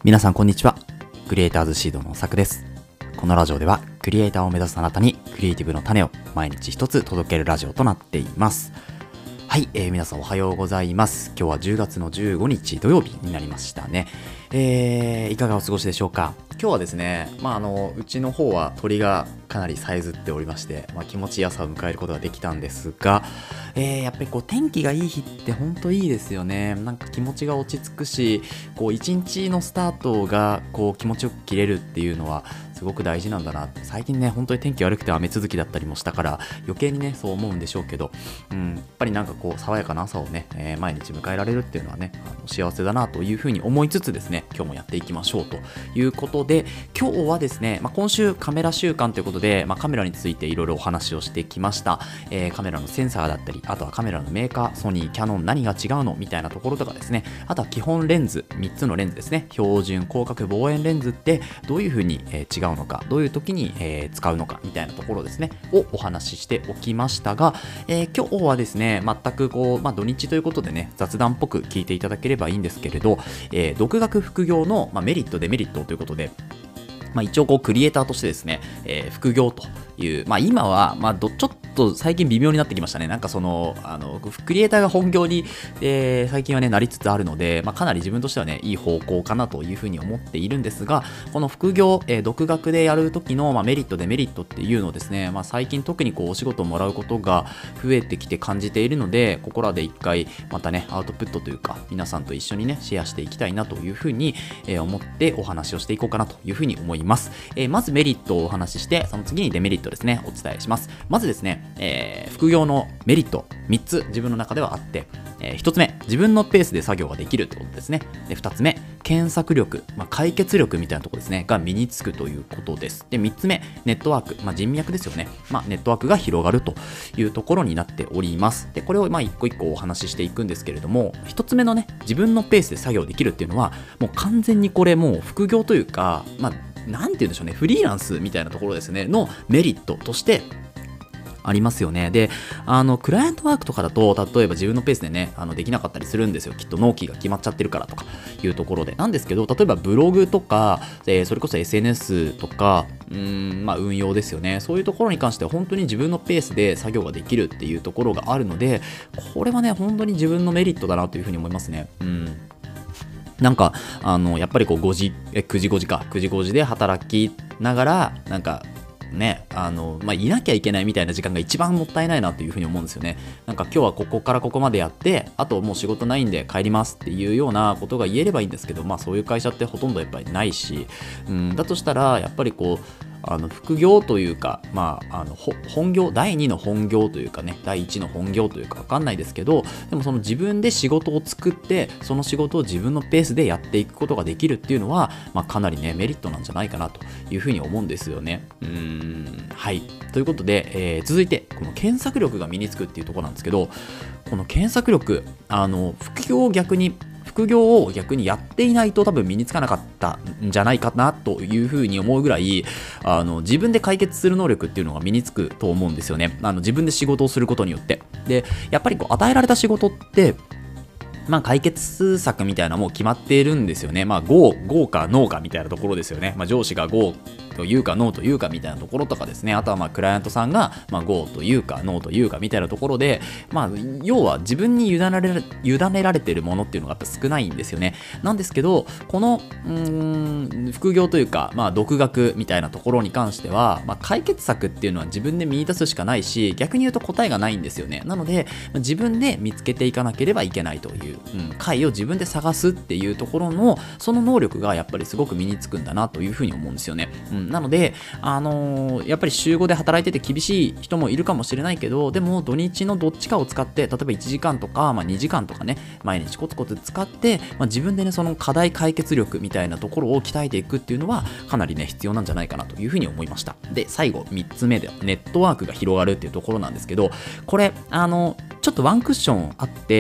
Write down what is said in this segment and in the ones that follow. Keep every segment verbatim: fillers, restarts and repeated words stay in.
皆さんこんにちは。クリエイターズシードのさくです。このラジオではクリエイターを目指すあなたにクリエイティブの種を毎日一つ届けるラジオとなっています。はい、えー、皆さんおはようございます。今日はじゅうがつのじゅうごにち土曜日になりましたね。えー、いかがお過ごしでしょうか。今日はですね、まああのうちの方は鳥がかなりさえずっておりまして、まあ、気持ちいい朝を迎えることができたんですが、えー、やっぱりこう天気がいい日って本当いいですよね。なんか気持ちが落ち着くし、こう一日のスタートがこう気持ちよく切れるっていうのはすごく大事なんだなって。最近ね本当に天気悪くて雨続きだったりもしたから余計にねそう思うんでしょうけど、うん、やっぱりなんかこう爽やかな朝をね、えー、毎日迎えられるっていうのはねあの幸せだなというふうに思いつつですね、今日もやっていきましょうということで、今日はですね、まあ、今週カメラ週間ということで、まあ、カメラについていろいろお話をしてきました。えー、カメラのセンサーだったり、あとはカメラのメーカー、ソニー、キヤノン何が違うのみたいなところとかですね、あとは基本レンズみっつのレンズですね、標準広角望遠レンズってどういうふうに、えー、違うのか、どういう時に、えー、使うのかみたいなところですねをお話ししておきましたが、えー、今日はですね全くこう、まあ、土日ということでね雑談っぽく聞いていただければいいんですけれど、えー、独学副業の、まあ、メリットデメリットということで、まあ、一応こうクリエイターとしてですね、えー、副業という、まあ、今は、まあ、どちょっと最近微妙になってきましたね。なんかそのあのクリエイターが本業に、えー、最近はねなりつつあるので、まあ、かなり自分としてはねいい方向かなというふうに思っているんですが、この副業、えー、独学でやる時の、まあ、メリットデメリットっていうのをですね、まあ、最近特にこうお仕事をもらうことが増えてきて感じているので、ここらで一回またねアウトプットというか皆さんと一緒にねシェアしていきたいなというふうに、えー、思ってお話をしていこうかなというふうに思います。えー、まずメリットをお話しして、その次にデメリットですねお伝えします。まずですね、えー、副業のメリットみっつ自分の中ではあって、えー、ひとつめ自分のペースで作業ができるってことですね。でふたつめ検索力、まあ、解決力みたいなところですねが身につくということです。でみっつめネットワーク、まあ、人脈ですよね、まあ、ネットワークが広がるというところになっております。でこれをまあ一個一個お話ししていくんですけれども、ひとつめのね自分のペースで作業できるっていうのはもう完全にこれもう副業というか、まあなんて言うんでしょうね、フリーランスみたいなところですねのメリットとしてありますよね。で、あのクライアントワークとかだと例えば自分のペースでねあのできなかったりするんですよ。きっと納期が決まっちゃってるからとかいうところでなんですけど、例えばブログとか、えー、それこそ エスエヌエス とかうーん、まあ、運用ですよね。そういうところに関しては本当に自分のペースで作業ができるっていうところがあるので、これはね本当に自分のメリットだなというふうに思いますね。うんなんかあのやっぱりこうごじえくじごじかくじごじで働きながらなんかねあのまあいなきゃいけないみたいな時間が一番もったいないなというふうに思うんですよね。なんか今日はここからここまでやってあともう仕事ないんで帰りますっていうようなことが言えればいいんですけど、まあそういう会社ってほとんどやっぱりないし、うんだとしたらやっぱりこうあの副業というか、まあ、あの本業だいにの本業というかねだいいちの本業というか分かんないですけど、でもその自分で仕事を作ってその仕事を自分のペースでやっていくことができるっていうのは、まあ、かなりねメリットなんじゃないかなというふうに思うんですよね。うーんはいということで、えー、続いてこの検索力が身につくっていうところなんですけど、この検索力あの副業を逆に副業を逆にやっていないと多分身につかなかったんじゃないかなというふうに思うぐらい、あの自分で解決する能力っていうのが身につくと思うんですよね。あの自分で仕事をすることによって。でやっぱりこう与えられた仕事ってまあ解決策みたいなもう決まっているんですよね。まあ ゴー、ゴー か ノー かみたいなところですよね。まあ上司が ゴー というか ノー というかみたいなところとかですね。あとはまあクライアントさんがまあ ゴー というか ノー というかみたいなところで、まあ要は自分に委ねられ、委ねられているものっていうのがやっぱ少ないんですよね。なんですけど、このうーん副業というかまあ独学みたいなところに関しては、まあ解決策っていうのは自分で見出すしかないし、逆に言うと答えがないんですよね。なので自分で見つけていかなければいけないという。うん、回を自分で探すっていうところのその能力がやっぱりすごく身につくんだなというふうに思うんですよね。うん、なので、あのー、やっぱり週ごで働いてて厳しい人もいるかもしれないけど、でも土日のどっちかを使って例えばいちじかんとか、まあ、にじかんとかね毎日コツコツ使って、まあ、自分でねその課題解決力みたいなところを鍛えていくっていうのはかなりね必要なんじゃないかなというふうに思いました。で最後みっつめでネットワークが広がるっていうところなんですけど、これあのちょっとワンクッションあって、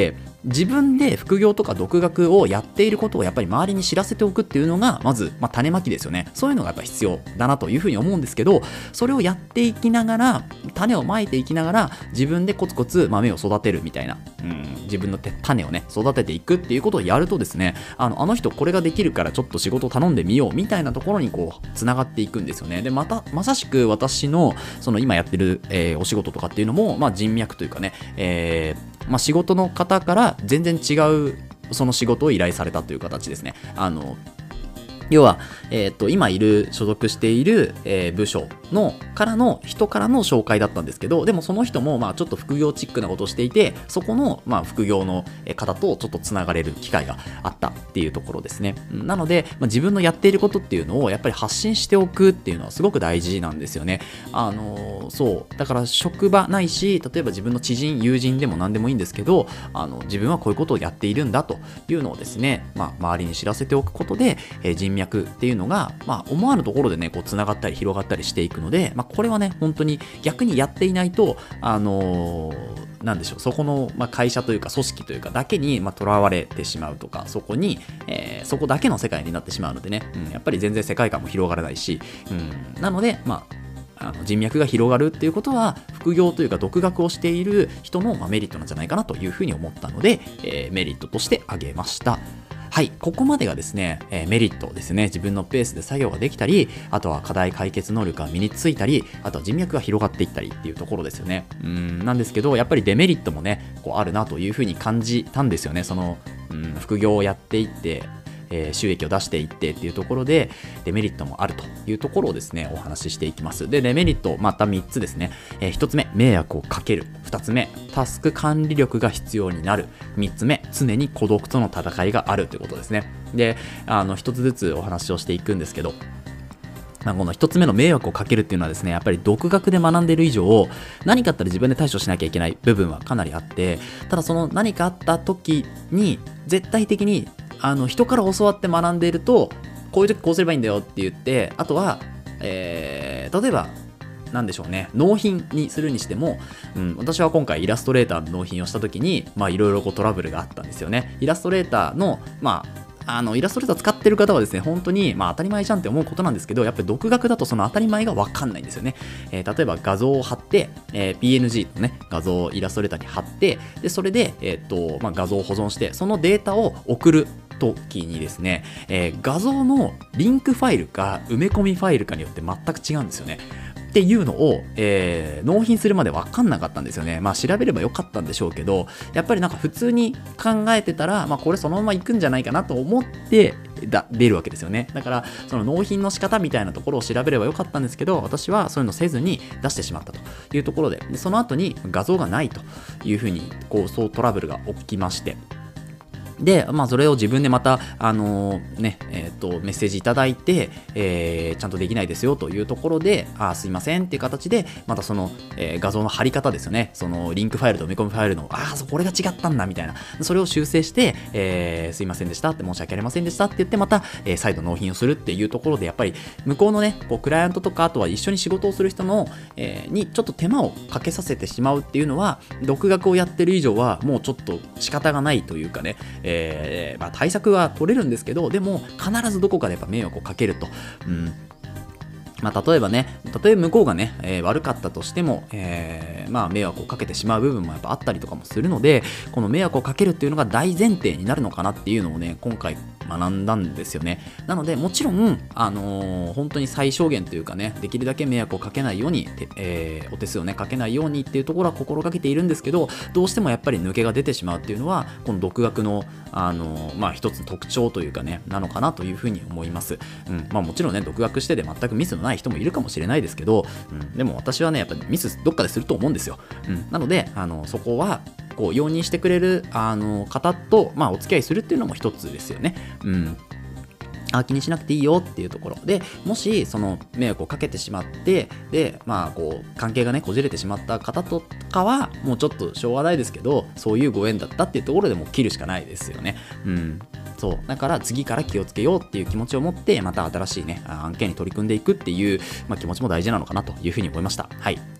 自分で副業とか独学をやっていることをやっぱり周りに知らせておくっていうのがまず、まあ、種まきですよね。そういうのがやっぱ必要だなというふうに思うんですけど、それをやっていきながら、種をまいていきながら自分でコツコツ豆を育てるみたいな、うん、自分の種をね育てていくっていうことをやるとですね、あのあの人これができるからちょっと仕事を頼んでみようみたいなところにこうつながっていくんですよね。でまたまさしく私のその今やってる、えー、お仕事とかっていうのも、まあ、人脈というかね、えーまあ、仕事の方から全然違うその仕事を依頼されたという形ですね。あの要は、えー、と今いる所属している、えー部署のからの人からの紹介だったんですけど、でもその人もまあちょっと副業チックなことをしていて、そこのまあ副業の方とちょっとつながれる機会があったっていうところですね。なので、まあ、自分のやっていることっていうのをやっぱり発信しておくっていうのはすごく大事なんですよね。あのーそうだから職場ないし、例えば自分の知人友人でも何でもいいんですけど、あの自分はこういうことをやっているんだというのをですね、まあ、周りに知らせておくことで、えー人脈っていうのが、まあ、思わぬところでねこうつながったり広がったりしていくので、まあ、これはね本当に逆にやっていないと、あのー、なんでしょう、そこの、まあ、会社というか組織というかだけにとら、まあ、われてしまうとか、そこに、えー、そこだけの世界になってしまうのでね、うん、やっぱり全然世界観も広がらないし、うん、なのでまああの人脈が広がるっていうことは副業というか独学をしている人の、まあ、メリットなんじゃないかなというふうに思ったので、えー、メリットとして挙げました。はい、ここまでがですね、えー、メリットですね。自分のペースで作業ができたり、あとは課題解決能力が身についたり、あとは人脈が広がっていったりっていうところですよね。うーんなんですけど、やっぱりデメリットもねこうあるなというふうに感じたんですよね。そのうん副業をやっていってえー収益を出していってっていうところでデメリットもあるというところをですねお話ししていきます。でデメリットまたみっつですね、えー、ひとつめ迷惑をかける、ふたつめタスク管理力が必要になる、みっつめ常に孤独との戦いがあるということですね。であのひとつずつお話をしていくんですけど、まあ、この一つ目の迷惑をかけるっていうのはですね、やっぱり独学で学んでいる以上何かあったら自分で対処しなきゃいけない部分はかなりあって、ただその何かあった時に絶対的にあの人から教わって学んでいると、こういう時こうすればいいんだよって言って、あとは、えー、例えばなんでしょうね、納品にするにしても、うん、私は今回イラストレーターの納品をした時にまあいろいろトラブルがあったんですよね。イラストレーターのまああのイラストレーター使ってる方はですね本当にまあ当たり前じゃんって思うことなんですけど、やっぱり独学だとその当たり前が分かんないんですよね。えー、例えば画像を貼って、えー、ピーエヌジー のね画像をイラストレーターに貼って、でそれで、えーとまあ、画像を保存してそのデータを送る時にですね、えー、画像のリンクファイルか埋め込みファイルかによって全く違うんですよね。っていうのを、えー、納品するまで分かんなかったんですよね。まあ調べればよかったんでしょうけど、やっぱりなんか普通に考えてたら、まあこれそのまま行くんじゃないかなと思ってだ出るわけですよね。だからその納品の仕方みたいなところを調べればよかったんですけど、私はそういうのせずに出してしまったというところで、でその後に画像がないというふうにこうそうトラブルが起きまして、で、まあ、それを自分でまた、あのー、ね、えっと、メッセージいただいて、えー、ちゃんとできないですよというところで、あ、すいませんっていう形で、またその、えー、画像の貼り方ですよね。その、リンクファイルと埋め込みファイルの、あ、これが違ったんだ、みたいな。それを修正して、えー、すいませんでしたって、申し訳ありませんでしたって言って、また、えー、再度納品をするっていうところで、やっぱり、向こうのね、こう、クライアントとか、あとは一緒に仕事をする人の、えー、に、ちょっと手間をかけさせてしまうっていうのは、独学をやってる以上は、もうちょっと仕方がないというかね、えーまあ、対策は取れるんですけど、でも必ずどこかでやっぱ迷惑をかけると、うんまあ、例えばね、例えば向こうがね、えー、悪かったとしても、えー、まあ迷惑をかけてしまう部分もやっぱあったりとかもするので、この迷惑をかけるっていうのが大前提になるのかなっていうのをね、今回学んだんですよね。なのでもちろん、あのー、本当に最小限というかね、できるだけ迷惑をかけないように、えー、お手数をねかけないようにっていうところは心がけているんですけど、どうしてもやっぱり抜けが出てしまうっていうのはこの独学の、あのー、まあ一つの特徴というかねなのかなというふうに思います。うんまあ、もちろんね独学してで全くミスのない人もいるかもしれないですけど、うん、でも私はねやっぱりミスどっかですると思うんですよ。うん、なのであのそこはこう容認してくれるあの方と、まあ、お付き合いするっていうのも一つですよね。うんあ気にしなくていいよっていうところで、もしその迷惑をかけてしまってでまあこう関係がねこじれてしまった方とかはもうちょっとしょうがないですけど、そういうご縁だったっていうところでもう切るしかないですよね。うんそうだから次から気をつけようっていう気持ちを持ってまた新しいね案件に取り組んでいくっていう、まあ、気持ちも大事なのかなというふうに思いました。はい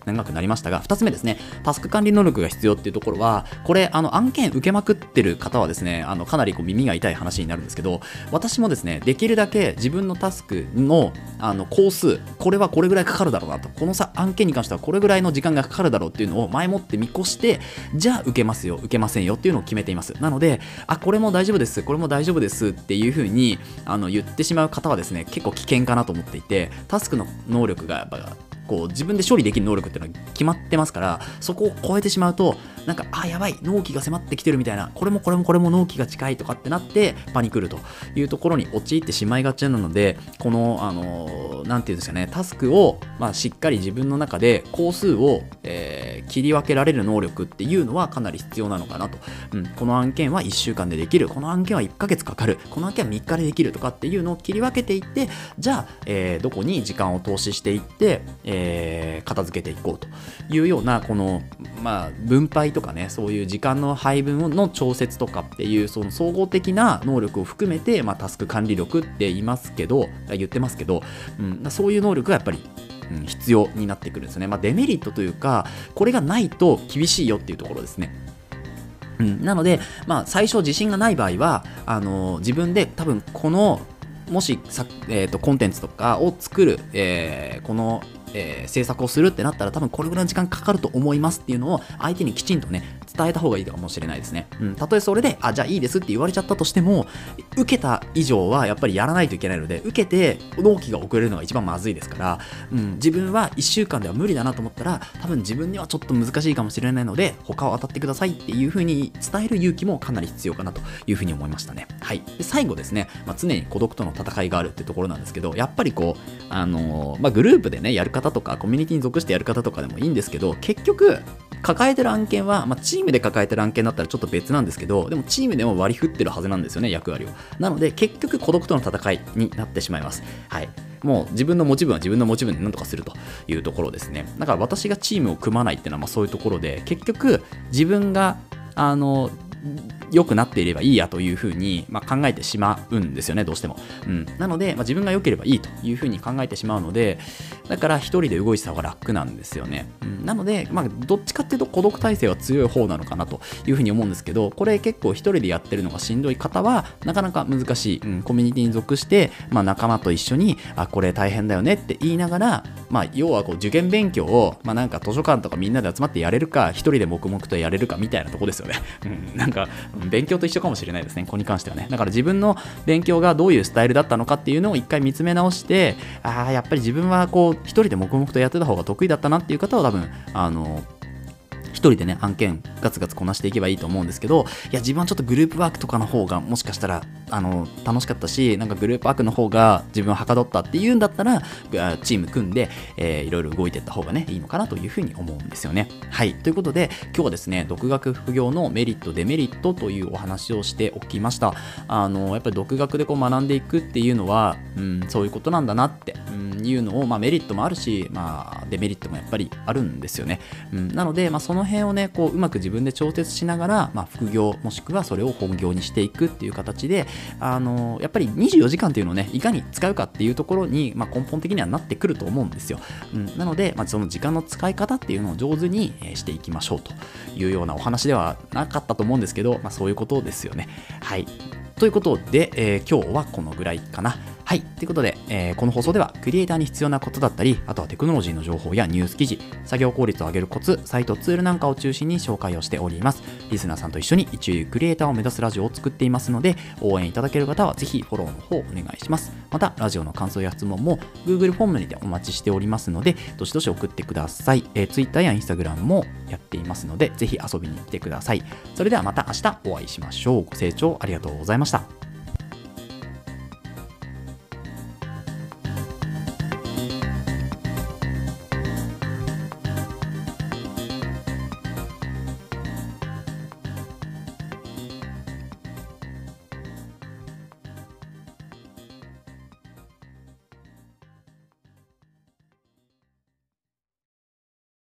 長くなりましたが、ふたつめですね、タスク管理能力が必要っていうところは、これあの案件受けまくってる方はですね、あのかなりこう耳が痛い話になるんですけど、私もですね、できるだけ自分のタスクのあの工数、これはこれぐらいかかるだろうなと、このさ案件に関してはこれぐらいの時間がかかるだろうっていうのを前もって見越して、じゃあ受けますよ受けませんよっていうのを決めています。なので、あこれも大丈夫です、これも大丈夫ですっていう風にあの言ってしまう方はですね、結構危険かなと思っていて、タスクの能力がやっぱこう自分で処理できる能力っていうのは決まってますから、そこを超えてしまうとなんかあやばい納期が迫ってきてるみたいな、これもこれもこれも納期が近いとかってなってパニクるというところに陥ってしまいがちなので、このあのなんていうんですかね、タスクをまあしっかり自分の中で工数を、えー、切り分けられる能力っていうのはかなり必要なのかなと、うん、この案件はいっしゅうかんでできる、この案件はいっかげつかかる、この案件はみっかでできるとかっていうのを切り分けていって、じゃあ、えー、どこに時間を投資していって、えー、片付けていこうというような、この、まあ、分配とかね、そういう時間の配分の調節とかっていうその総合的な能力を含めて、まあ、タスク管理力って言いますけど言ってますけど、うん、そういう能力がやっぱりうん、必要になってくるんですよね。まあ、デメリットというか、これがないと厳しいよっていうところですね。うん、なので、まあ、最初自信がない場合はあの自分で多分このもしさ、えーと、コンテンツとかを作る、えー、このえー、制作をするってなったら多分これぐらいの時間かかると思いますっていうのを相手にきちんとね伝えた方がいいかもしれないですね。うん、たとえそれであじゃあいいですって言われちゃったとしても、受けた以上はやっぱりやらないといけないので、受けて納期が遅れるのが一番まずいですから、うん、自分はいっしゅうかんでは無理だなと思ったら多分自分にはちょっと難しいかもしれないので他を当たってくださいっていう風に伝える勇気もかなり必要かなという風に思いましたね。はい。で最後ですね、まあ、常に孤独との戦いがあるってところなんですけど、やっぱりこうあのー、まあ、グループでねやる方とかコミュニティに属してやる方とかでもいいんですけど、結局抱えてる案件は、まあ、チームで抱えてる案件だったらちょっと別なんですけど、でもチームでも割り振ってるはずなんですよね、役割を。なので結局孤独との戦いになってしまいます。はい。もう自分の持ち分は自分の持ち分で何とかするというところですね。だから私がチームを組まないっていうのはまあそういうところで、結局自分があの良くなっていればいいやというふうに、まあ、考えてしまうんですよね、どうしても。うん、なので、まあ、自分が良ければいいというふうに考えてしまうので、だから一人で動いてた方が楽なんですよね。うん、なので、まあ、どっちかっていうと孤独体制は強い方なのかなというふうに思うんですけど、これ結構一人でやってるのがしんどい方はなかなか難しい、うん、コミュニティに属して、まあ、仲間と一緒にあこれ大変だよねって言いながら、まあ、要はこう受験勉強を、まあ、なんか図書館とかみんなで集まってやれるか、一人で黙々とやれるかみたいなとこですよね。うん、なんか勉強と一緒かもしれないですね、ここに関してはね。だから自分の勉強がどういうスタイルだったのかっていうのを一回見つめ直して、ああやっぱり自分はこう一人で黙々とやってた方が得意だったなっていう方は多分あの一人でね案件ガツガツこなしていけばいいと思うんですけど、いや自分はちょっとグループワークとかの方がもしかしたらあの楽しかったし、なんかグループワークの方が自分ははかどったっていうんだったらチーム組んで、えー、いろいろ動いていった方がねいいのかなというふうに思うんですよね。はい、ということで今日はですね、独学副業のメリットデメリットというお話をしておきました。あのやっぱり独学でこう学んでいくっていうのは、うん、そういうことなんだなって、うん、いうのを、まあ、メリットもあるし、まあ、デメリットもやっぱりあるんですよね。うん、なので、まあ、その辺をねこううまく自分で調節しながら、まあ、副業もしくはそれを本業にしていくっていう形で、あのやっぱりにじゅうよじかんっていうのをねいかに使うかっていうところに、まあ、根本的にはなってくると思うんですよ。うん、なので、まあ、その時間の使い方っていうのを上手にしていきましょうというようなお話ではなかったと思うんですけど、まあ、そういうことですよね。はい。ということで、えー、今日はこのぐらいかな。はい。ということで、えー、この放送ではクリエイターに必要なことだったり、あとはテクノロジーの情報やニュース記事、作業効率を上げるコツ、サイト、ツールなんかを中心に紹介をしております。リスナーさんと一緒に一流クリエイターを目指すラジオを作っていますので、応援いただける方はぜひフォローの方お願いします。また、ラジオの感想や質問も Google フォームにてお待ちしておりますので、どしどし送ってください。えー、Twitter や Instagram もやっていますので、ぜひ遊びに来てください。それではまた明日お会いしましょう。ご清聴ありがとうございました。